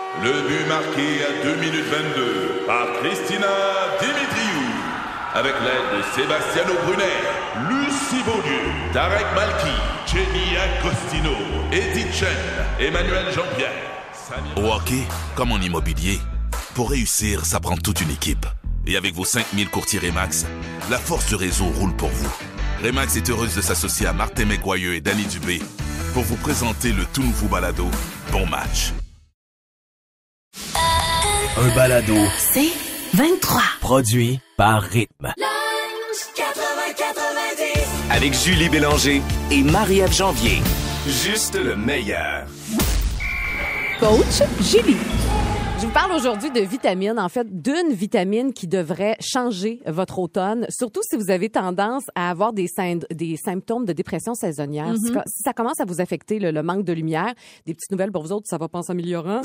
Le but marqué à 2 minutes 22 par Christina Dimitriou. Avec l'aide de Sebastiano Brunet, Lucie Beaulieu, Tarek Malki, Jenny Agostino, Edith Chen, Emmanuel Jean-Pierre. Au hockey, comme en immobilier, pour réussir, ça prend toute une équipe. Et avec vos 5000 courtiers Remax, la force du réseau roule pour vous. Remax est heureuse de s'associer à Martin McGuire et Danny Dubé pour vous présenter le tout nouveau balado Bon Match. Un balado. C'est 23. Produit par Rythme. Avec Julie Bélanger et Marie-Ève Janvier. Juste le meilleur. Coach Julie. Je vous parle aujourd'hui de vitamines, en fait, d'une vitamine qui devrait changer votre automne, surtout si vous avez tendance à avoir des symptômes de dépression saisonnière. Mm-hmm. Si ça commence à vous affecter, le manque de lumière, des petites nouvelles pour vous autres, ça va pas en s'améliorant.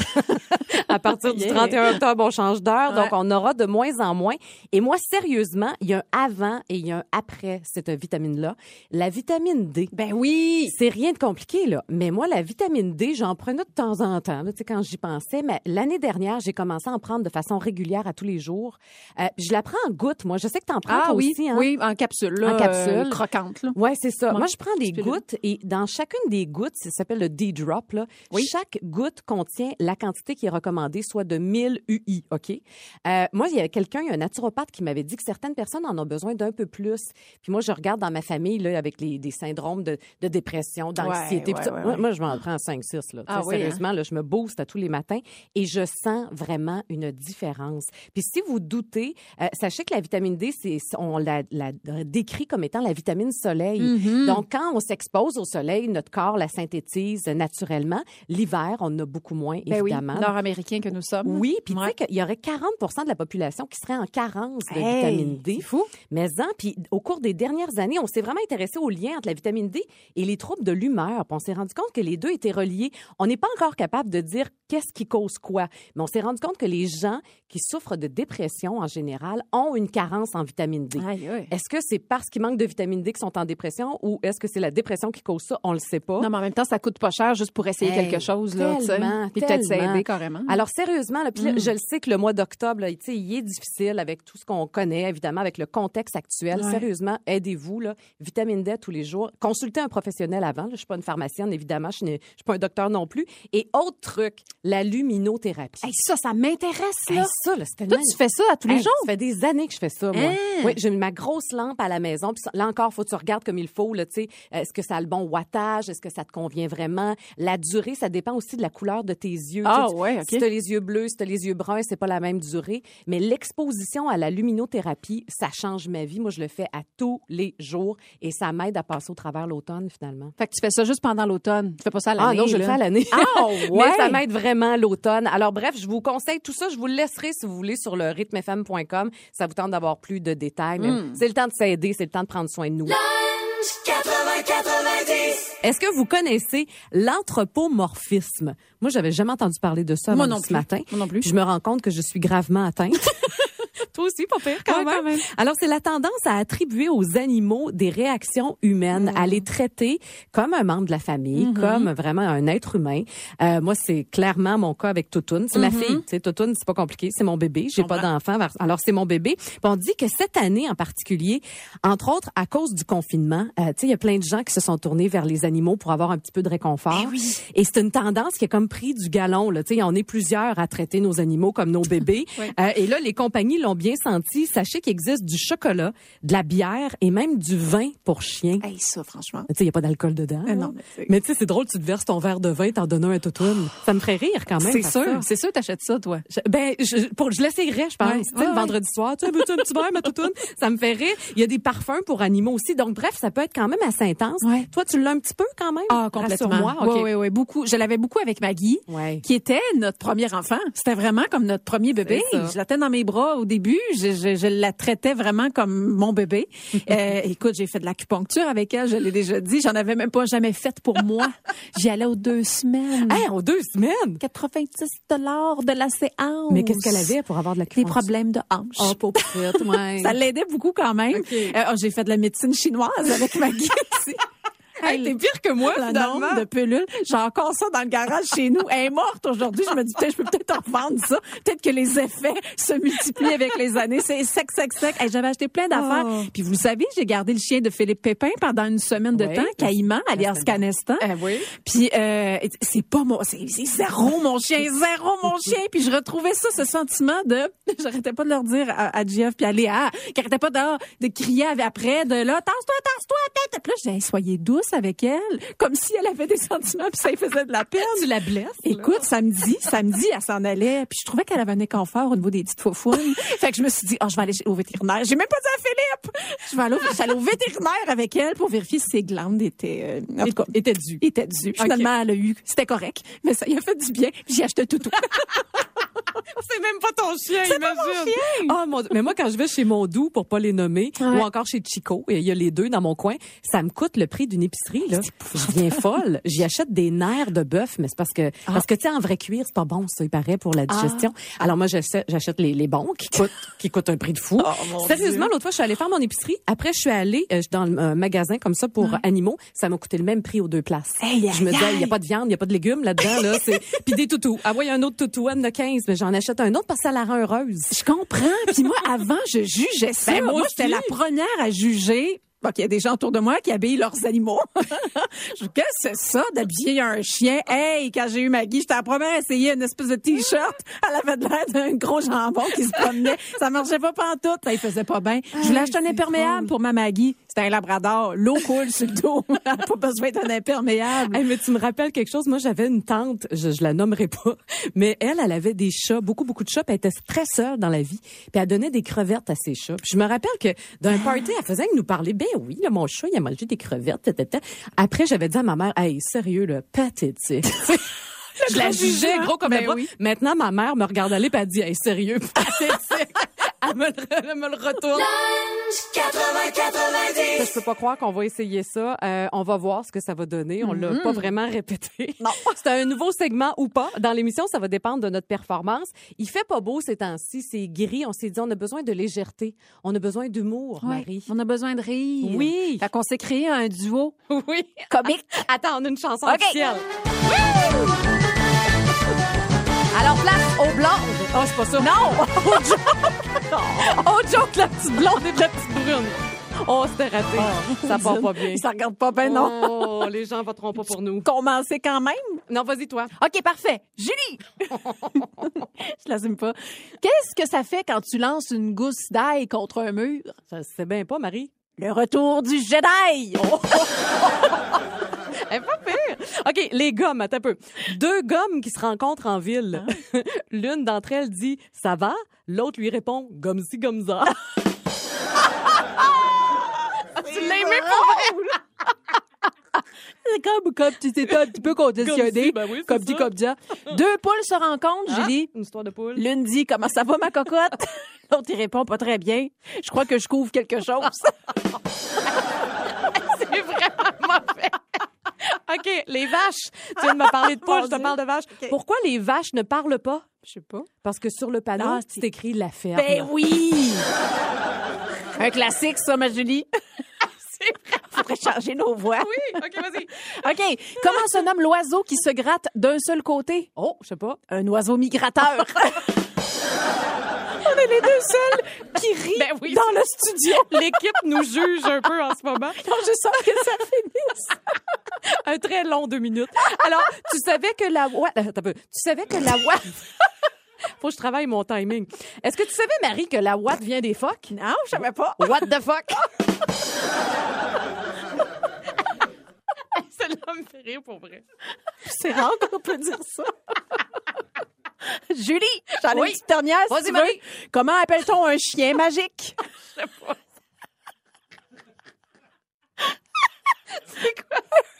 À partir du 31 octobre, on change d'heure, donc on aura de moins en moins. Et moi, sérieusement, il y a un avant et il y a un après cette vitamine-là. La vitamine D. Ben oui! C'est rien de compliqué, là. Mais moi, la vitamine D, j'en prenais de temps en temps, là, tu sais, quand j'y pensais. Mais l'année dernière, j'ai commencé à en prendre de façon régulière à tous les jours. Je la prends en gouttes, moi. Je sais que t'en prends toi aussi, hein? Oui, en capsule, là. En capsule. Croquante, là. Ouais, c'est ça. Ouais. Moi, je prends des gouttes et dans chacune des gouttes, ça s'appelle le D-drop, là. Oui. Chaque goutte contient la quantité qui est recommandée, soit de 1000 UI, OK? Moi, il y a un naturopathe qui m'avait dit que certaines personnes en ont besoin d'un peu plus. Puis moi, je regarde dans ma famille, là, avec des syndromes de dépression, d'anxiété. Ouais. Moi, je m'en prends 5-6, là. Ah, oui, sérieusement, là, je me booste à tous les matins et je sens vraiment une différence. Puis si vous doutez, sachez que la vitamine D, on la décrit comme étant la vitamine soleil. Mm-hmm. Donc, quand on s'expose au soleil, notre corps la synthétise naturellement. L'hiver, on en a beaucoup moins, évidemment. Oui, nord-américains que nous sommes. Oui, puis tu sais qu'il y aurait 40% de la population qui serait en carence de vitamine D. C'est fou. Mais puis au cours des dernières années, on s'est vraiment intéressé au lien entre la vitamine D et les troubles de l'humeur. Puis on s'est rendu compte que les deux étaient reliés. On n'est pas encore capable de dire qu'est-ce qui cause quoi. Mais on s'est rendu compte que les gens qui souffrent de dépression en général ont une carence en vitamine D. Aïe. Est-ce que c'est parce qu'ils manquent de vitamine D qu'ils sont en dépression ou est-ce que c'est la dépression qui cause ça? On le sait pas. Non, mais en même temps, ça coûte pas cher juste pour essayer quelque chose, là. Tellement, puis peut-être s'aider carrément. Alors, sérieusement, là, puis là, je le sais que le mois d'octobre, là, il est difficile avec tout ce qu'on connaît, évidemment, avec le contexte actuel. Ouais. Sérieusement, aidez-vous, là. Vitamine D tous les jours. Consultez un professionnel avant. Là. Je suis pas une pharmacienne, évidemment. Je suis pas un docteur non plus. Et autre truc, la luminothérapie. Hey, ça m'intéresse, là. Ça, là, c'était Toi, tu fais ça à tous les jours? Ça fait des années que je fais ça, moi. Oui, j'ai ma grosse lampe à la maison. Puis là encore, faut que tu regardes comme il faut, là, tu sais. Est-ce que ça a le bon wattage? Est-ce que ça te convient vraiment? La durée, ça dépend aussi de la couleur de tes yeux. Ah, ouais, OK. Si t'as les yeux bleus, si t'as les yeux bruns, c'est pas la même durée. Mais l'exposition à la luminothérapie, ça change ma vie. Moi, je le fais à tous les jours et ça m'aide à passer au travers l'automne, finalement. Fait que tu fais ça juste pendant l'automne. Tu fais pas ça à l'année. Ah non, je le fais à l'année. Ah, ouais. Mais ça m'aide vraiment l'automne. Alors bref, je vous conseille tout ça. Je vous le laisserai si vous voulez sur le rythmefm.com. Ça vous tente d'avoir plus de détails. Mais c'est le temps de s'aider, c'est le temps de prendre soin de nous. Est-ce que vous connaissez l'anthropomorphisme? Moi, j'avais jamais entendu parler de ça avant ce matin. Moi non plus. Je me rends compte que je suis gravement atteinte. Toi aussi, pas pire quand même. Alors, c'est la tendance à attribuer aux animaux des réactions humaines, à les traiter comme un membre de la famille, comme vraiment un être humain. Moi, c'est clairement mon cas avec Toutoune. C'est ma fille. Tu sais, Toutoune, c'est pas compliqué. C'est mon bébé. J'ai pas d'enfant. Alors, c'est mon bébé. Puis on dit que cette année en particulier, entre autres, à cause du confinement, tu sais, il y a plein de gens qui se sont tournés vers les animaux pour avoir un petit peu de réconfort. Et c'est une tendance qui a comme pris du galon, là. Tu sais, on est plusieurs à traiter nos animaux comme nos bébés. Et là, les compagnies l'ont bien senti. Sachez qu'il existe du chocolat, de la bière et même du vin pour chiens. Hey, ça, franchement. Tu sais, il n'y a pas d'alcool dedans. Non, mais tu sais, c'est drôle, tu te verses ton verre de vin, t'en donnes un à Toutoune. Ça me ferait rire quand même. C'est sûr, t'achètes ça, toi. Je l'essayerais, je pense. Tu sais, le vendredi soir, tu sais, veux-tu un petit verre, ma Toutoune? Ça me fait rire. Il y a des parfums pour animaux aussi. Donc, bref, ça peut être quand même assez intense. Ouais. Toi, tu l'as un petit peu quand même? Ah, complètement. Rassure-moi. Okay. Oui, beaucoup. Je l'avais beaucoup avec Maggie, qui était notre premier enfant. C'était vraiment comme notre premier bébé. Je la tenais dans mes bras au début. Je la traitais vraiment comme mon bébé. Écoute, j'ai fait de l'acupuncture avec elle, je l'ai déjà dit. J'en avais même pas jamais fait pour moi. J'y allais aux 2 semaines. Hey, aux 2 semaines? 90 $ de la séance. Mais qu'est-ce qu'elle avait pour avoir de l'acupuncture? Des problèmes de hanche. Oh, pauvre petite, ouais. Ça l'aidait beaucoup quand même. Okay. J'ai fait de la médecine chinoise avec Maggie aussi. Hey, t'es pire que moi, la finalement. norme de pelule. J'ai encore ça dans le garage chez nous. Elle est morte aujourd'hui. Je me dis, je peux peut-être en revendre ça. Peut-être que les effets se multiplient avec les années. C'est sec. Hey, j'avais acheté plein d'affaires. Puis vous le savez, j'ai gardé le chien de Philippe Pépin pendant une semaine de temps, Caïman, alias Canestan. Oui. Puis c'est zéro mon chien. Puis je retrouvais ça, ce sentiment de... J'arrêtais pas de leur dire à Jeff puis à Léa, qui arrêtait pas de crier après, de là, tasse-toi, tête. Puis là, je disais, soyez douce avec elle, comme si elle avait des sentiments puis ça lui faisait de la peine. Tu la blesses. Écoute, samedi, elle s'en allait, puis je trouvais qu'elle avait un inconfort au niveau des petites faufounes. Fait que je me suis dit, je vais aller au vétérinaire. J'ai même pas dit à Philippe. Je vais aller au vétérinaire avec elle pour vérifier si ses glandes étaient, en tout cas, étaient dues. Finalement, elle a eu, c'était correct, mais ça lui a fait du bien. Puis j'ai acheté un toutou. C'est même pas ton chien, c'est imagine. Pas mon chien. Oh mon Dieu. Mais moi, quand je vais chez Mondou, pour pas les nommer, ou encore chez Chico, et il y a les deux dans mon coin, ça me coûte le prix d'une épicerie, là. Je viens folle. J'y achète des nerfs de bœuf, mais c'est parce que, tu sais, en vrai cuir, c'est pas bon, ça, il paraît, pour la digestion. Alors moi, j'achète les bons qui coûtent un prix de fou. Sérieusement, l'autre fois, je suis allée faire mon épicerie. Après, je suis allée dans un magasin comme ça pour animaux. Ça m'a coûté le même prix aux deux places. Je me disais, il y a pas de viande, il y a pas de légumes là-dedans, là. Puis des toutous. Ah ouais, il y a un autre toutou, elle en a 15, mais j'en achète un autre parce que ça la rend heureuse. Je comprends. Puis moi, avant, je jugeais ça. Ben, moi, j'étais la première à juger. Bon, qu'il y a des gens autour de moi qui habillent leurs animaux. Qu'est-ce que c'est ça, d'habiller un chien? Hey, quand j'ai eu Maggie, j'étais la première à essayer une espèce de T-shirt. Elle avait de l'air d'un gros jambon qui se promenait. Ça marchait pas pantoute. Ça, il faisait pas bien. Je voulais acheter un imperméable pour ma Maggie. C'était un labrador. L'eau coule sur le dos. Elle n'a pas besoin d'un imperméable. Hey, mais tu me rappelles quelque chose? Moi, j'avais une tante, je la nommerai pas, mais elle avait des chats, beaucoup de chats, puis elle était très seule dans la vie. Puis elle donnait des crevettes à ses chats. Puis je me rappelle que d'un party, elle faisait nous parler. Ben oui, là, mon chat, il a mangé des crevettes. Après, j'avais dit à ma mère, hey, sérieux, là, pathétique. Je la jugeais gros comme un bras. Oui. Maintenant, ma mère me regarde aller et elle dit, hey, sérieux, pathétique. Elle me le retourne. Je peux pas croire qu'on va essayer ça. On va voir ce que ça va donner. On l'a pas vraiment répété. Non. C'est un nouveau segment ou pas. Dans l'émission, ça va dépendre de notre performance. Il fait pas beau ces temps-ci. C'est gris. On s'est dit, on a besoin de légèreté. On a besoin d'humour, Marie. On a besoin de rire. Oui. Fait qu'on s'est créé un duo. Oui. Comique. Attends, on a une chanson officielle. Alors, place au blanc. Oh, c'est pas ça. Non! Au joke! Au joke, la petite blonde et de la petite brune. Oh, c'était raté. Ça part pas bien. Ça regarde pas bien, non? Oh, les gens voteront pas pour nous. Commencer quand même? Non, vas-y, toi. OK, parfait. Julie! Je l'assume pas. Qu'est-ce que ça fait quand tu lances une gousse d'ail contre un mur? Ça se sait bien pas, Marie. Le retour du Jedi! Oh. Elle est pas pire. OK, les gommes, attends un peu. Deux gommes qui se rencontrent en ville. Hein? L'une d'entre elles dit « Ça va? » L'autre lui répond « Gomme-ci, gomme-ça. » Tu l'as aimé pour vrai? C'est comme tu t'étais un petit peu conditionné. Ben oui, comme dit, comme ça. Deux poules se rencontrent, Julie. Une histoire de poule. L'une dit « Comment ça va, ma cocotte? » L'autre, il répond « Pas très bien. Je crois que je couvre quelque chose. » C'est vraiment mauvais. OK, les vaches. Tu viens de me parler de poules, je te parle de vaches. Okay. Pourquoi les vaches ne parlent pas? Je sais pas. Parce que sur le panneau, c'est écrit la ferme. Ben oui! Un classique, ça, ma Julie. C'est vrai. Faudrait changer nos voix. Oui, OK, vas-y. OK. Comment se nomme l'oiseau qui se gratte d'un seul côté? Oh, je sais pas. Un oiseau migrateur. On est les deux seuls qui rient dans le studio. L'équipe nous juge un peu en ce moment. Non, je sens que ça finisse. Un très long 2 minutes. Alors, tu savais que la ouate... Attends un peu. Tu savais que la ouate... Faut que je travaille mon timing. Est-ce que tu savais, Marie, que la ouate vient des phoques? Non, je savais pas. What the fuck? Celle-là me fait rire pour vrai. C'est rare qu'on peut dire ça. Julie, j'en ai une petite dernière. Vas-y, Marie. Comment appelle-t-on un chien magique? Je sais pas. C'est quoi?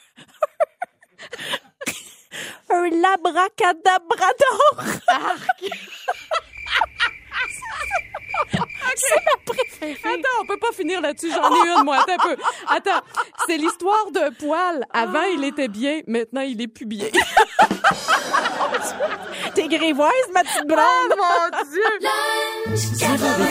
Un labracadabrador. Arc. C'est ma préférée. Attends, on peut pas finir là-dessus. J'en ai une, moi. Attends un peu. Attends. C'est l'histoire d'un poil. Avant, il était bien. Maintenant, il est plus bien. T'es grivoise, ma petite blonde. Oh, mon Dieu. Zéro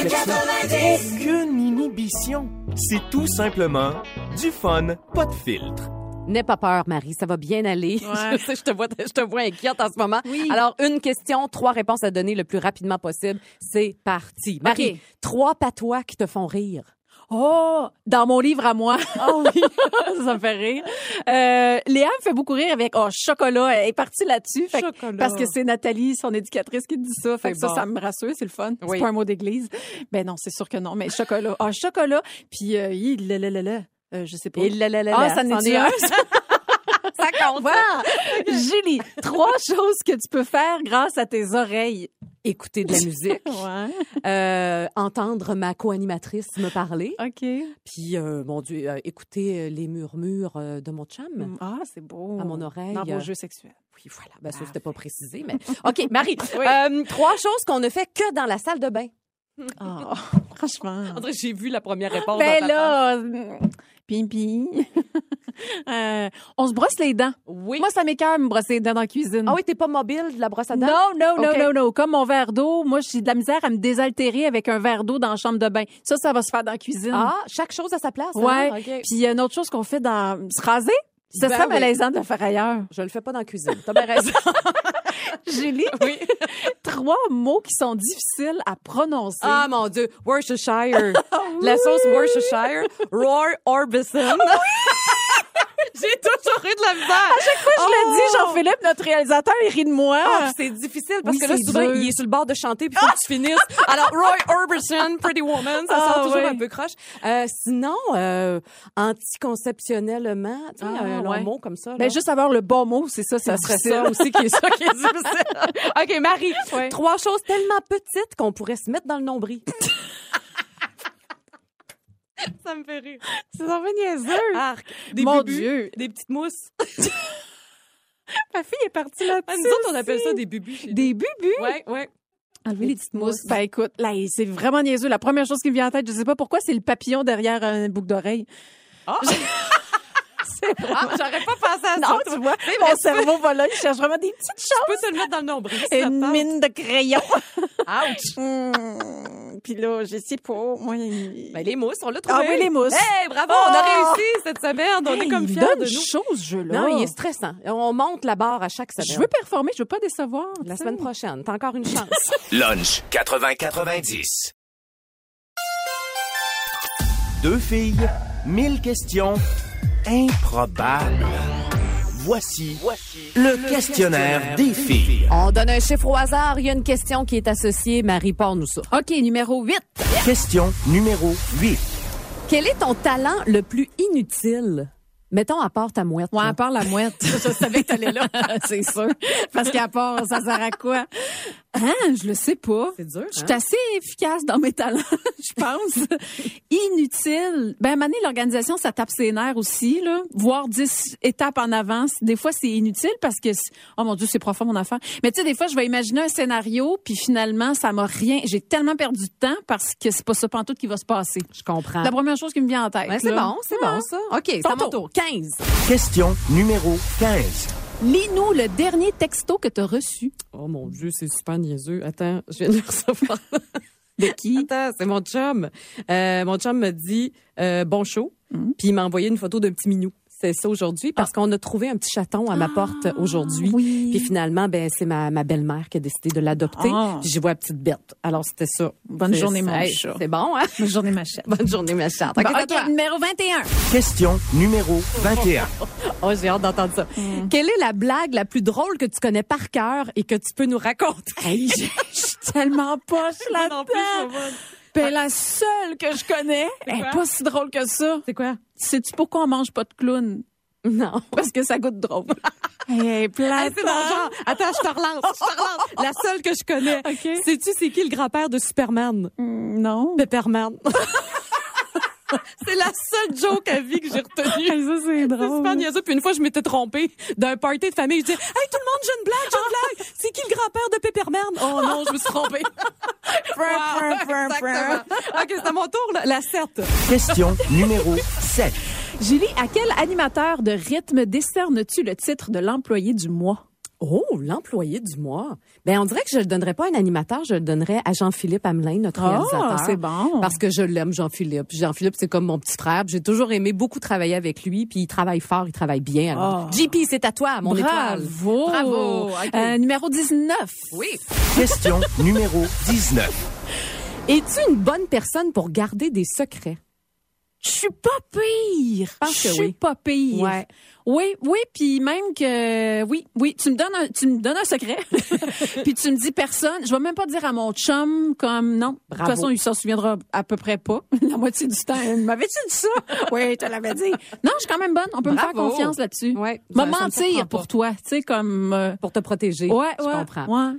réflexion. Aucune inhibition. C'est tout simplement du fun, pas de filtre. N'aie pas peur, Marie, ça va bien aller. Ouais. Je te vois inquiète en ce moment. Oui. Alors, une question, 3 réponses à donner le plus rapidement possible. C'est parti. Marie, OK. 3 patois qui te font rire. Oh, dans mon livre à moi. Oh oui. Ça me fait rire. Léa me fait beaucoup rire avec chocolat. Elle est partie là-dessus. Chocolat. Parce que c'est Nathalie, son éducatrice, qui dit ça. Fait que C'est bon. ça me rassure, c'est le fun. Oui. C'est pas un mot d'église. Ben non, c'est sûr que non. Mais chocolat. Chocolat. Puis, je sais pas. Et ça c'en n'est est un. Ça compte. Voilà. Julie, 3 choses que tu peux faire grâce à tes oreilles. Écouter de la musique. Ouais. Entendre ma co-animatrice me parler. OK. Puis, mon Dieu, écouter les murmures de mon chum Ah, c'est beau. à mon oreille. Dans vos jeux sexuels. Oui, voilà. Ben, ça, c'était pas précisé, mais... OK, Marie, Oui. 3 choses qu'on ne fait que dans la salle de bain. Oh, franchement. André, j'ai vu la première réponse. Ben dans ta là, pipi. On se brosse les dents. Oui. Moi, ça m'écoeure me brosser les dents dans la cuisine. Ah oui, t'es pas mobile de la brosse à dents? Non. Comme mon verre d'eau, moi, j'ai de la misère à me désaltérer avec un verre d'eau dans la chambre de bain. Ça va se faire dans la cuisine. Ah, chaque chose à sa place. ouais. Hein? OK. Puis il y a une autre chose qu'on fait dans se raser. Ça Ben serait oui. malaisant de le faire ailleurs. Je le fais pas dans la cuisine. T'as bien raison. Julie, Oui. 3 mots qui sont difficiles à prononcer. Ah, mon Dieu. Worcestershire. La sauce Worcestershire. Roy Orbison. J'ai toujours eu de la misère. À chaque fois que je le dis, Jean-Philippe, notre réalisateur, il rit de moi. Ah, c'est difficile parce Oui, que là, c'est souvent, dur. il est sur le bord de chanter puis il faut que tu finisses. Alors, Roy Orbison, Pretty Woman, ça sort toujours oui. un peu croche. Sinon, anticonceptionnellement, tu sais, un long ouais. mot comme ça. Là. Ben, juste avoir le bon mot, c'est ça, ça serait difficile. ça aussi qui est difficile. OK, Marie, Ouais. 3 choses tellement petites qu'on pourrait se mettre dans le nombril. Ça me fait rire. C'est un peu niaiseux. Arc. Des Mon bubus, Dieu. des petites mousses. Ma fille est partie là-dessus. Ah, nous autres, on appelle ça des bubus chez nous. Des bubus? Ouais. Enlever les petites mousses. Ben écoute, là, c'est vraiment niaiseux. La première chose qui me vient en tête, je sais pas pourquoi, c'est le papillon derrière un boucle d'oreille. Ah! Ah, j'aurais pas pensé à ça. Non, tu vois, mon cerveau va là, il cherche vraiment des petites Tu choses. peux te le mettre dans le nombril. si ça te Une tente. mine de crayon. Ouch! Puis là, je sais pas, moi... Ben, les mousses, on l'a trouvé. Ah oui, les mousses. Hey, bravo, Oh! on a réussi cette semaine. On est comme il fiers donne de nous. chaud, ce jeu-là. Non, il est stressant. On monte la barre à chaque semaine. Je veux performer, je veux pas décevoir. La tu sais. semaine prochaine. T'as encore une chance. Lunch 80-90. 2 filles, 1000 questions improbables. Voici le questionnaire des filles. On donne un chiffre au hasard. Il y a une question qui est associée. Marie, parle-nous ça. OK, numéro 8. Question numéro 8. Quel est ton talent le plus inutile? Mettons à part ta mouette. Ouais, là. à part la mouette. Je savais que t'allais là. C'est sûr. Parce qu'à part, ça sert à quoi? Je le sais pas. C'est dur, Je suis hein? assez efficace dans mes talents, je pense. Inutile. Ben, à un moment donné, l'organisation, ça tape ses nerfs aussi, là. Voir 10 étapes en avance. Des fois, c'est inutile parce que, oh mon Dieu, c'est profond, mon affaire. Mais tu sais, des fois, je vais imaginer un scénario, puis finalement, ça m'a rien. J'ai tellement perdu de temps parce que c'est pas ça pantoute qui va se passer. Je comprends. La première chose qui me vient en tête. Ouais, c'est là. bon, c'est bon, ça. OK, c'est à mon tour. 15. Question numéro 15. Lis-nous le dernier texto que tu as reçu. Oh mon Dieu, c'est super niaiseux. Attends, je viens de le recevoir. De qui? Attends, c'est mon chum. Mon chum me dit bon show, puis il m'a envoyé une photo d'un petit minou. C'est ça aujourd'hui parce qu'on a trouvé un petit chaton à ma porte aujourd'hui. oui. Puis finalement, ben c'est ma belle-mère qui a décidé de l'adopter. Ah. Puis j'y vois la petite bête. Alors c'était ça. Bonne C'est- journée, mon hey, chat. C'est bon, hein? Bonne journée, ma chère. Bonne journée, ma chatte. OK, Bon, c'est à toi. numéro 21. Question numéro 21. Oh, j'ai hâte d'entendre ça. Quelle est la blague la plus drôle que tu connais par cœur et que tu peux nous raconter? Hey, je suis tellement poche là-dedans. Ben, la seule que je connais, elle quoi? est pas si drôle que ça. C'est quoi? Sais-tu pourquoi on mange pas de clown? Non. Parce que ça goûte drôle. Hey, plate. Hey, c'est mon genre. Attends, je te relance. La seule que je connais. OK. Sais-tu c'est qui le grand-père de Superman? Non. Pepperman. C'est la seule joke à vie que j'ai retenue. Hey, ça, c'est C'est drôle. super niaiseux. Puis une fois, je m'étais trompée d'un party de famille. Je disais, hey, tout le monde, j'ai une blague. C'est qui le grand-père de Pepperman? Oh non, je me suis trompée. Exactement. OK, c'est à mon tour, là. La 7. Question numéro 7. Julie, à quel animateur de rythme décernes-tu le titre de l'employé du mois? Oh, l'employé du mois. Ben, on dirait que je le donnerais pas à un animateur, je le donnerais à Jean-Philippe Hamelin, notre réalisateur. C'est bon. Parce que je l'aime, Jean-Philippe. Jean-Philippe, c'est comme mon petit frère. J'ai toujours aimé beaucoup travailler avec lui, puis il travaille fort, il travaille bien. Alors, JP, c'est à toi, mon étoile. Bravo. Okay. Numéro 19. Oui. Question numéro 19. Es-tu une bonne personne pour garder des secrets? Je suis pas pire. Je suis pas pire. Ouais. Oui, puis même que oui, tu me donnes un secret. Puis tu me dis personne, je vais même pas dire à mon chum comme non. Bravo. De toute façon, il s'en souviendra à peu près pas. La moitié du temps, m'avais-tu dit ça? Oui, je te l'avais dit. Non, je suis quand même bonne, on peut me faire confiance là-dessus. Ouais. Me mentir pour toi, tu sais comme pour te protéger. Ouais, je comprends. Ouais.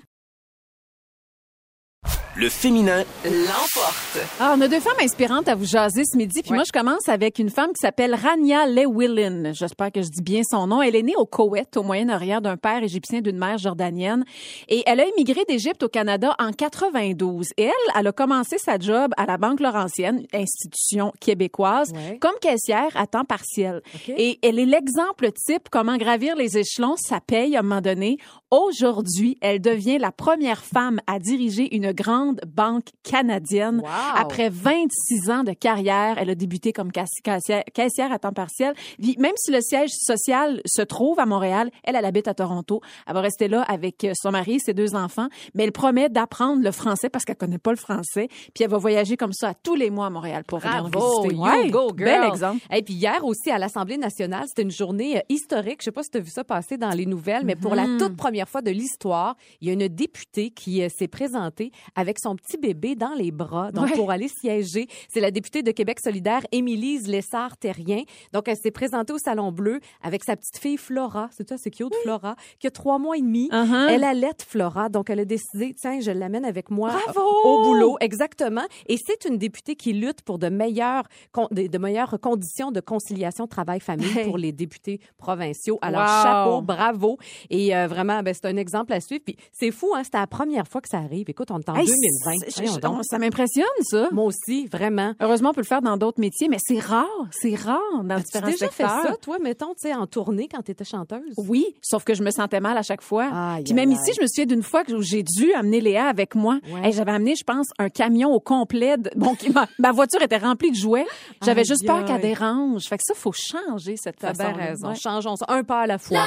Le féminin l'emporte. On a deux femmes inspirantes à vous jaser ce midi. Puis moi, je commence avec une femme qui s'appelle Rania Lewilin. J'espère que je dis bien son nom. Elle est née au Koweït, au Moyen-Orient, d'un père égyptien, d'une mère jordanienne. Et elle a émigré d'Égypte au Canada en 92. Et elle a commencé sa job à la Banque Laurentienne, institution québécoise, comme caissière à temps partiel. Okay. Et elle est l'exemple type comment gravir les échelons, ça paye à un moment donné. Aujourd'hui, elle devient la première femme à diriger une grande banque canadienne. Wow. Après 26 ans de carrière, elle a débuté comme caissière à temps partiel. Même si le siège social se trouve à Montréal, elle habite à Toronto. Elle va rester là avec son mari, ses deux enfants, mais elle promet d'apprendre le français parce qu'elle connaît pas le français. Puis elle va voyager comme ça à tous les mois à Montréal pour venir visiter. You go, girl. Bel exemple. Et puis hier aussi à l'Assemblée nationale, c'était une journée historique. Je sais pas si tu as vu ça passer dans les nouvelles, mais pour la toute première fois de l'histoire, il y a une députée qui s'est présentée avec son petit bébé dans les bras, donc pour aller siéger. C'est la députée de Québec solidaire, Émilise Lessard-Terrien. Donc, elle s'est présentée au Salon Bleu avec sa petite fille Flora. C'est ça, c'est cute, Flora, qui a 3 mois et demi. Elle allait Flora, donc elle a décidé, tiens, je l'amène avec moi au boulot. Exactement. Et c'est une députée qui lutte pour de meilleures conditions de conciliation travail-famille pour les députés provinciaux. Alors, chapeau, bravo. Et vraiment, c'est un exemple à suivre. Puis c'est fou, hein, c'était la première fois que ça arrive. Écoute, on est en 2020. Ça m'impressionne, ça. Moi aussi, vraiment. Heureusement, on peut le faire dans d'autres métiers, mais c'est rare dans différents secteurs. Tu as déjà fait ça, toi, mettons, tu sais, en tournée quand tu étais chanteuse? Oui, sauf que je me sentais mal à chaque fois. Puis même ici, je me souviens d'une fois que j'ai dû amener Léa avec moi. Ouais. J'avais amené, je pense, un camion au complet. Ma voiture était remplie de jouets. J'avais juste peur qu'elle dérange. Fait que ça, faut changer cette façon. T'as bien raison. Ouais. Changeons ça un pas à la fois.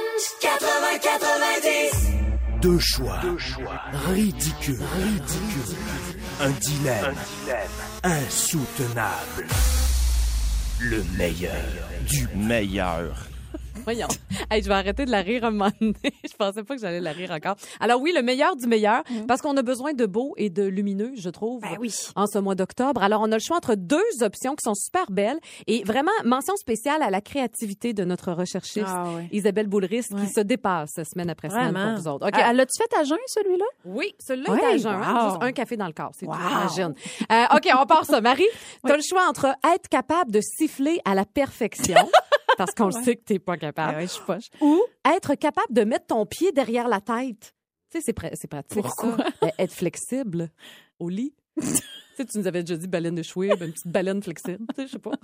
80-90. Deux choix. Ridicule. Un dilemme. Insoutenable. Le meilleur du meilleur. Voyons. Hey, je vais arrêter de la rire un moment donné. Je pensais pas que j'allais la rire encore. Alors oui, le meilleur du meilleur, parce qu'on a besoin de beau et de lumineux, je trouve, en ce mois d'octobre. Alors, on a le choix entre deux options qui sont super belles et vraiment, mention spéciale à la créativité de notre recherchiste, Isabelle Boulris, qui se dépasse semaine après semaine pour vous autres. Okay. L'as-tu fait à jeun, celui-là? Oui, celui-là est à jeun. Hein? Juste un café dans le corps, c'est tout, j'imagine. OK, on part ça. Marie, tu as le choix entre être capable de siffler à la perfection, parce qu'on le sait que t'es pas capable. Je suis poche. Ou être capable de mettre ton pied derrière la tête. Tu sais, c'est pratique. Pourquoi? Ça. Être flexible au lit. Tu sais, tu nous avais déjà dit baleine de Schwab, une petite baleine flexible. Tu sais, je sais pas.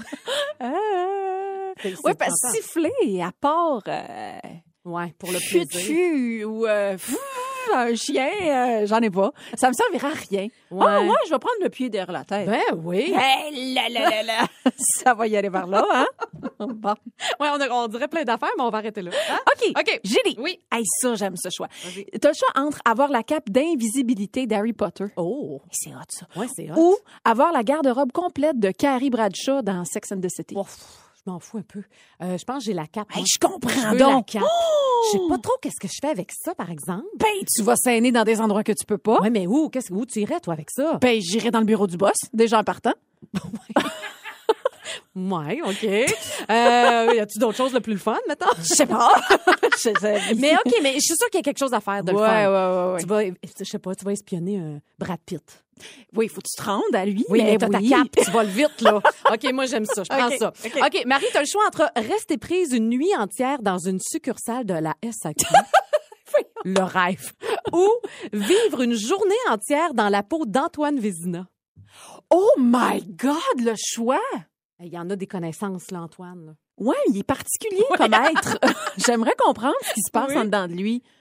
Oui, parce que siffler, à part... pour le plaisir. Ou... un chien, j'en ai pas. Ça me servira à rien. Ouais. Moi, je vais prendre le pied derrière la tête. Ben oui. Hey, là. Ça va y aller par là, hein? Bon. Ouais, on dirait plein d'affaires, mais on va arrêter là. Hein? OK. Julie. Oui. Hey, ça, j'aime ce choix. T'as le choix entre avoir la cape d'invisibilité d'Harry Potter. Oh. C'est hot, ça. Ouais, c'est hot. Ou avoir la garde-robe complète de Carrie Bradshaw dans Sex and the City. Je m'en fous un peu. Je pense que j'ai la cape. Hey, je comprends donc. Je sais pas trop qu'est-ce que je fais avec ça, par exemple. Ben, tu vas saigner dans des endroits que tu peux pas. Ouais, mais où tu irais, toi, avec ça? Ben, j'irais dans le bureau du boss, déjà en partant. Ouais, OK. Y a-tu d'autres choses le plus fun, maintenant? Je sais pas. Mais OK, mais je suis sûre qu'il y a quelque chose à faire de le fun. Ouais. Tu vas, je sais pas, tu vas espionner Brad Pitt. Oui, il faut que tu te rendes à lui. Oui, mais t'as ta cape, tu voles vite, là. OK, moi, j'aime ça. Je prends ça. OK, Marie, t'as le choix entre rester prise une nuit entière dans une succursale de la SAQ. Le rêve. Ou vivre une journée entière dans la peau d'Antoine Vézina. Oh my God, le choix! Il y en a des connaissances, là, Antoine. Là. Ouais, il est particulier comme être. J'aimerais comprendre ce qui se passe en dedans de lui.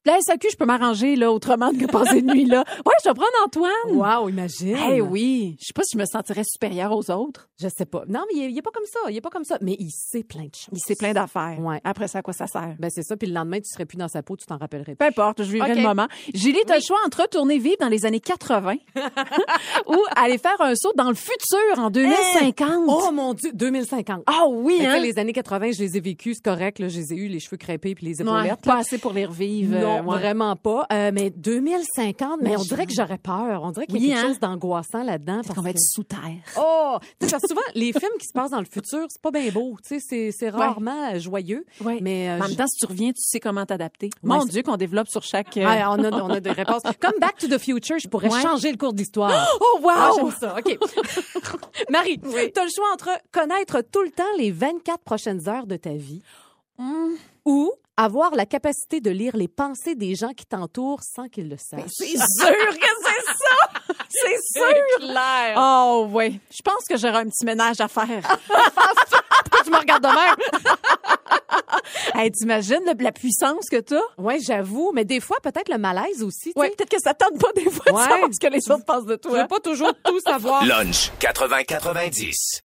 La SAQ, je peux m'arranger là autrement que passer une nuit là. Ouais, je vais prendre Antoine. Wow, imagine. Oui. Je sais pas si je me sentirais supérieure aux autres. Je sais pas. Non, mais il est pas comme ça. Il est pas comme ça. Mais il sait plein de choses. Il sait plein d'affaires. Ouais. Après ça, à quoi ça sert? Ben, c'est ça. Puis le lendemain, tu serais plus dans sa peau, tu t'en rappellerais Peu importe, je vivrai le moment. Julie, t'as le choix entre retourner vivre dans les années 80 ou aller faire un saut dans le futur en 2050. Oh mon Dieu, 2050. Ah oui, hein? Les années 80, je les ai vécues, c'est correct. Là, je les ai eu, les cheveux crêpés puis les épaulettes. Pas assez pour les revivre. Non, vraiment pas. Mais 2050, mais on dirait que j'aurais peur. On dirait qu'il y a quelque chose d'angoissant là-dedans. Parce qu'on va être sous terre. Oh! Parce que souvent, les films qui se passent dans le futur, c'est pas bien beau. Tu sais, c'est rarement joyeux. Ouais. Mais en même temps, si tu reviens, tu sais comment t'adapter. Ouais, Mon Dieu, qu'on développe sur chaque... on a des réponses. Comme Back to the Future, je pourrais changer le cours d'histoire. Oh, wow! Ah, j'aime ça. OK. Marie, t'as le choix entre connaître tout le temps les 24 prochaines heures de ta vie ou avoir la capacité de lire les pensées des gens qui t'entourent sans qu'ils le sachent. C'est sûr que c'est ça! C'est sûr! Clair. Oh, oui. Je pense que j'aurai un petit ménage à faire. Pourquoi tu me regardes de même? Hey, t'imagines la puissance que t'as? Oui, j'avoue. Mais des fois, peut-être le malaise aussi. Oui, peut-être que ça tente pas des fois de savoir ce que les autres pensent de toi. Je veux pas toujours tout savoir. Lunch 80-90.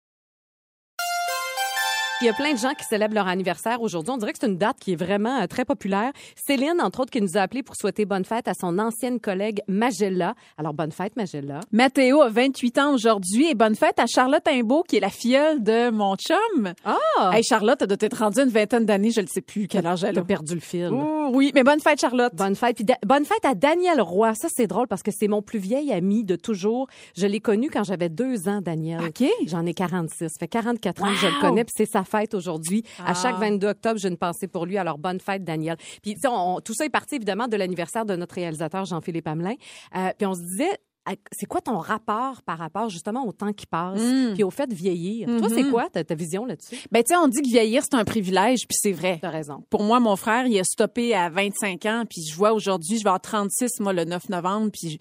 Il y a plein de gens qui célèbrent leur anniversaire aujourd'hui. On dirait que c'est une date qui est vraiment très populaire. Céline, entre autres, qui nous a appelé pour souhaiter bonne fête à son ancienne collègue Magella. Alors, bonne fête, Magella. Mathéo a 28 ans aujourd'hui et bonne fête à Charlotte Imbeau, qui est la filleule de mon chum. Ah! Hey, Charlotte, elle doit être rendue une vingtaine d'années, je ne sais plus quel âge elle a. T'as perdu le fil. Oh, oui, mais bonne fête, Charlotte. Bonne fête. Puis bonne fête à Daniel Roy. Ça, c'est drôle parce que c'est mon plus vieil ami de toujours. Je l'ai connu quand j'avais 2 ans, Daniel. OK. J'en ai 46. Ça fait 44 ans que je le connais, puis c'est sa fête aujourd'hui. À chaque 22 octobre, j'ai une pensée pour lui. Alors, bonne fête, Daniel. Puis, tu sais, tout ça est parti, évidemment, de l'anniversaire de notre réalisateur Jean-Philippe Hamelin. Puis, on se disait, c'est quoi ton rapport par rapport, justement, au temps qui passe, puis au fait de vieillir? Toi, c'est quoi ta vision là-dessus? Ben, tu sais, on dit que vieillir, c'est un privilège, puis c'est vrai. T'as raison. Pour moi, mon frère, il a stoppé à 25 ans, puis je vois aujourd'hui, je vais avoir 36, moi, le 9 novembre, puis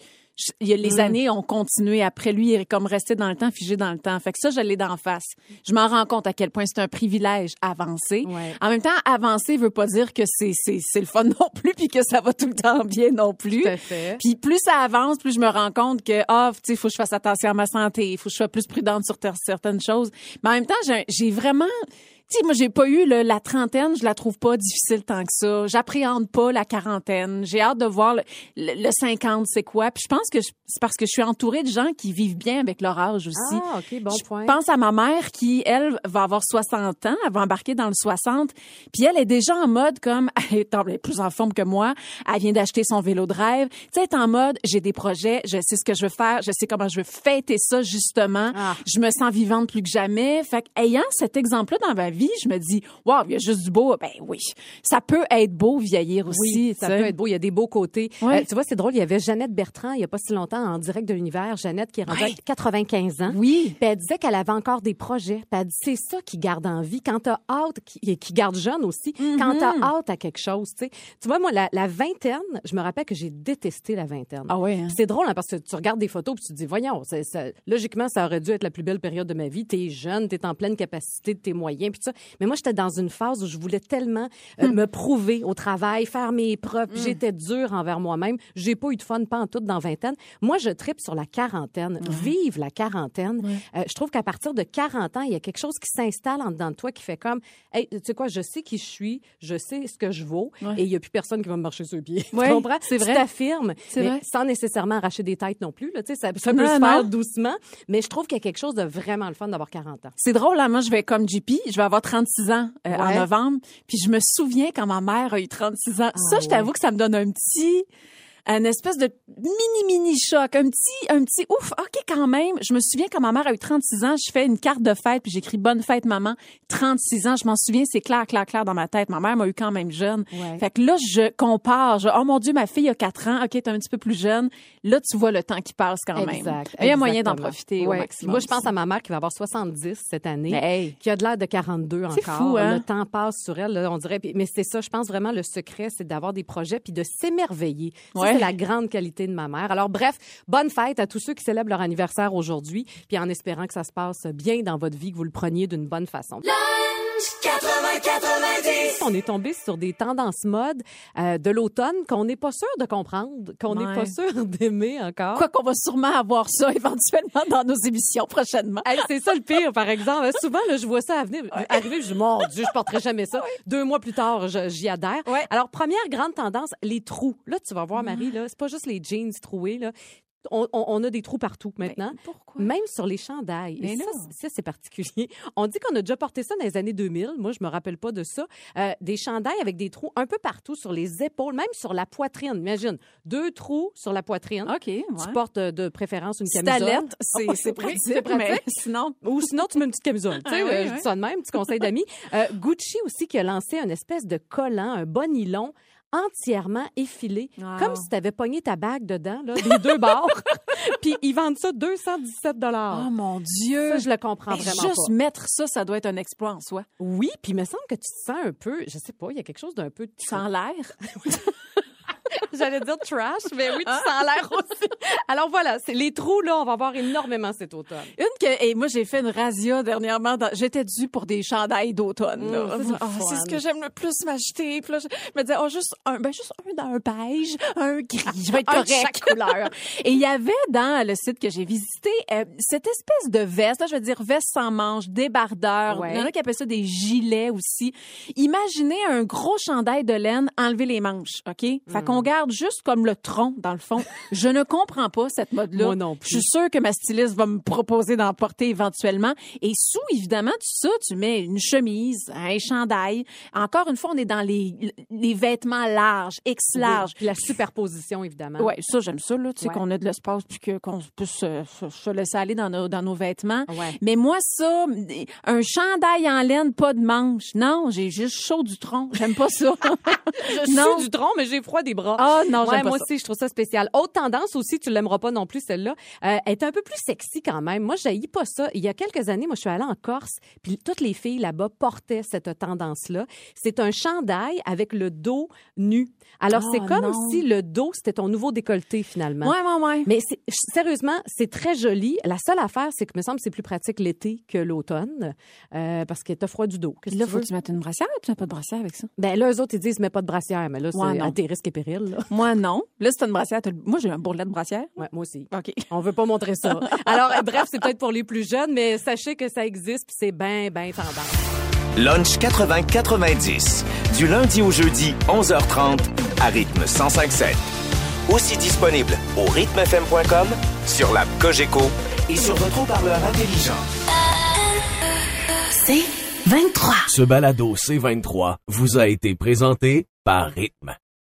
les années ont continué après lui, il est comme resté dans le temps, figé dans le temps. Fait que ça, je l'ai d'en face. Je m'en rends compte à quel point c'est un privilège avancer. Ouais. En même temps, avancer veut pas dire que c'est le fun non plus, puis que ça va tout le temps bien non plus. Tout à fait. Puis plus ça avance, plus je me rends compte que tu sais, faut que je fasse attention à ma santé, il faut que je sois plus prudente sur certaines choses. Mais en même temps, j'ai vraiment... Tu sais, moi, j'ai pas eu la trentaine, je la trouve pas difficile tant que ça. J'appréhende pas la quarantaine. J'ai hâte de voir le 50, c'est quoi. Puis je pense que c'est parce que je suis entourée de gens qui vivent bien avec leur âge aussi. Ah, OK, bon point. Je pense à ma mère qui, elle, va avoir 60 ans. Elle va embarquer dans le 60. Puis elle est déjà en mode comme, elle est plus en forme que moi. Elle vient d'acheter son vélo de rêve. Tu sais, elle est en mode, j'ai des projets, je sais ce que je veux faire, je sais comment je veux fêter ça, justement. Ah. Je me sens vivante plus que jamais. Fait qu'ayant cet exemple-là dans ma vie, je me dis, wow, il y a juste du beau. Ben oui, ça peut être beau vieillir aussi. Oui, ça peut être beau. Il y a des beaux côtés. Oui. Tu vois, c'est drôle. Il y avait Jeannette Bertrand, il y a pas si longtemps, en direct de l'univers. Jeannette qui est rendue à 95 ans. Oui. Puis elle disait qu'elle avait encore des projets. Puis elle dit, c'est ça qui garde en vie. Quand t'as hâte, qui garde jeune aussi, quand t'as hâte à quelque chose, tu sais. Tu vois, moi, la vingtaine, je me rappelle que j'ai détesté la vingtaine. Ah oui. Hein? C'est drôle, hein, parce que tu regardes des photos puis tu te dis, voyons, logiquement, ça aurait dû être la plus belle période de ma vie. T'es jeune, t'es en pleine capacité de tes moyens, puis tout ça. Mais moi, j'étais dans une phase où je voulais tellement me prouver au travail, faire mes preuves. J'étais dure envers moi-même. J'ai pas eu de fun pantoute dans vingtaine. Moi, je tripe sur la quarantaine. Vive la quarantaine. Je trouve qu'à partir de 40 ans, il y a quelque chose qui s'installe en dedans de toi qui fait comme, hey, tu sais quoi, je sais qui je suis, je sais ce que je vaux, et il y a plus personne qui va me marcher sur le pied. Tu comprends? C'est vrai. Tu t'affirmes, mais sans nécessairement arracher des têtes non plus. Là, ça peut se faire doucement, mais je trouve qu'il y a quelque chose de vraiment le fun d'avoir 40 ans. C'est drôle, hein? Moi, je vais comme JP, je vais avoir 36 ans en novembre, puis je me souviens quand ma mère a eu 36 ans. Ça, je t'avoue que ça me donne un espèce de mini choc, un petit ouf, OK quand même. Je me souviens quand ma mère a eu 36 ans, je fais une carte de fête puis j'écris bonne fête maman, 36 ans, je m'en souviens, c'est clair dans ma tête. Ma mère m'a eu quand même jeune. Ouais. Fait que là je compare, oh mon Dieu, ma fille a 4 ans, OK, t'es un petit peu plus jeune. Là tu vois le temps qui passe quand même. Il y a moyen d'en profiter au maximum. Moi je pense à ma mère qui va avoir 70 cette année, qui a de l'air de 42 encore. C'est fou, hein? Le temps passe sur elle, là, on dirait, mais c'est ça, je pense vraiment le secret, c'est d'avoir des projets puis de s'émerveiller. C'est la grande qualité de ma mère. Alors bref, bonne fête à tous ceux qui célèbrent leur anniversaire aujourd'hui, puis en espérant que ça se passe bien dans votre vie, que vous le preniez d'une bonne façon. 80-90. On est tombé sur des tendances mode de l'automne qu'on n'est pas sûr de comprendre, qu'on n'est pas sûr d'aimer encore. Quoi qu'on va sûrement avoir ça éventuellement dans nos émissions prochainement. Hey, c'est ça le pire, par exemple. Souvent, là, je vois ça arriver, je dis, mon Dieu, je porterai jamais ça. 2 mois plus tard, j'y adhère. Ouais. Alors, première grande tendance, les trous. Là, tu vas voir, Marie, là, c'est pas juste les jeans troués, là. On a des trous partout maintenant. Mais pourquoi? Même sur les chandails. Mais ça, c'est particulier. On dit qu'on a déjà porté ça dans les années 2000. Moi, je me rappelle pas de ça. Des chandails avec des trous un peu partout sur les épaules, même sur la poitrine. Imagine, 2 trous sur la poitrine. OK, ouais. Tu portes de préférence une camisole. C'est pratique, c'est pratique. Mais sinon... Ou sinon, tu mets une petite camisole. Tu sais, je dis ça de même, petit conseil d'amis. Gucci aussi qui a lancé une espèce de collant, un bas nylon entièrement effilé, comme si tu avais pogné ta bague dedans, là, des 2 bords. Puis ils vendent ça 217 $. Oh mon Dieu! Ça, je le comprends vraiment pas. Juste mettre ça doit être un exploit en soi. Oui, puis il me semble que tu te sens un peu, je sais pas, il y a quelque chose d'un peu... Sans l'air? J'allais dire trash, mais oui, tu sens l'air aussi. Alors voilà, c'est les trous, là, on va avoir énormément cet automne. Et moi, j'ai fait une razzia dernièrement. J'étais due pour des chandails d'automne. C'est ce que j'aime le plus m'acheter. Puis là, je me disais, juste un dans un beige, un gris. Je vais être correct. Chaque couleur. Et il y avait dans le site que j'ai visité cette espèce de veste, là, je veux dire veste sans manches, débardeur. Ouais. Il y en a qui appellent ça des gilets aussi. Imaginez un gros chandail de laine, enlever les manches, OK? Fait qu'on garde juste comme le tronc, dans le fond. Je ne comprends pas cette mode-là. Moi non plus. Je suis sûre que ma styliste va me proposer d'en porter éventuellement. Et sous, évidemment, tout ça, tu mets une chemise, un chandail. Encore une fois, on est dans les vêtements larges, X-larges. Oui, la superposition, évidemment. Oui, ça, j'aime ça, là. Tu sais, qu'on a de l'espace puis qu'on puisse se laisser aller dans nos vêtements. Ouais. Mais moi, ça, un chandail en laine, pas de manches. Non, j'ai juste chaud du tronc. J'aime pas ça. Je suis chaud du tronc, mais j'ai froid des bras. Ah non, j'aime pas moi ça. aussi, je trouve ça spécial. Autre tendance aussi, tu l'aimeras pas non plus, celle-là, est un peu plus sexy quand même. Moi, j'haïs pas ça. Il y a quelques années, moi, je suis allée en Corse, puis toutes les filles là-bas portaient cette tendance-là. C'est un chandail avec le dos nu. Alors, c'est comme si le dos, c'était ton nouveau décolleté, finalement. Ouais. Mais sérieusement, c'est très joli. La seule affaire, c'est que, me semble, c'est plus pratique l'été que l'automne, parce que t'as froid du dos. Là, faut que tu mettes une brassière ou tu mets pas de brassière avec ça? Ben là, eux autres, ils disent, mets pas de brassière, mais là, c'est à tes risques et périls, là. Moi, non. Là, c'est une brassière. Moi, j'ai un bourrelet de brassière. Ouais, moi aussi. OK. On veut pas montrer ça. Alors, bref, c'est peut-être pour les plus jeunes, mais sachez que ça existe puis c'est bien tendance. Lunch 80-90. Du lundi au jeudi, 11h30, à rythme 105.7. Aussi disponible au rythmefm.com, sur l'app Cogeco et sur votre haut-parleur intelligent. C'est 23. Ce balado C23 vous a été présenté par Rythme.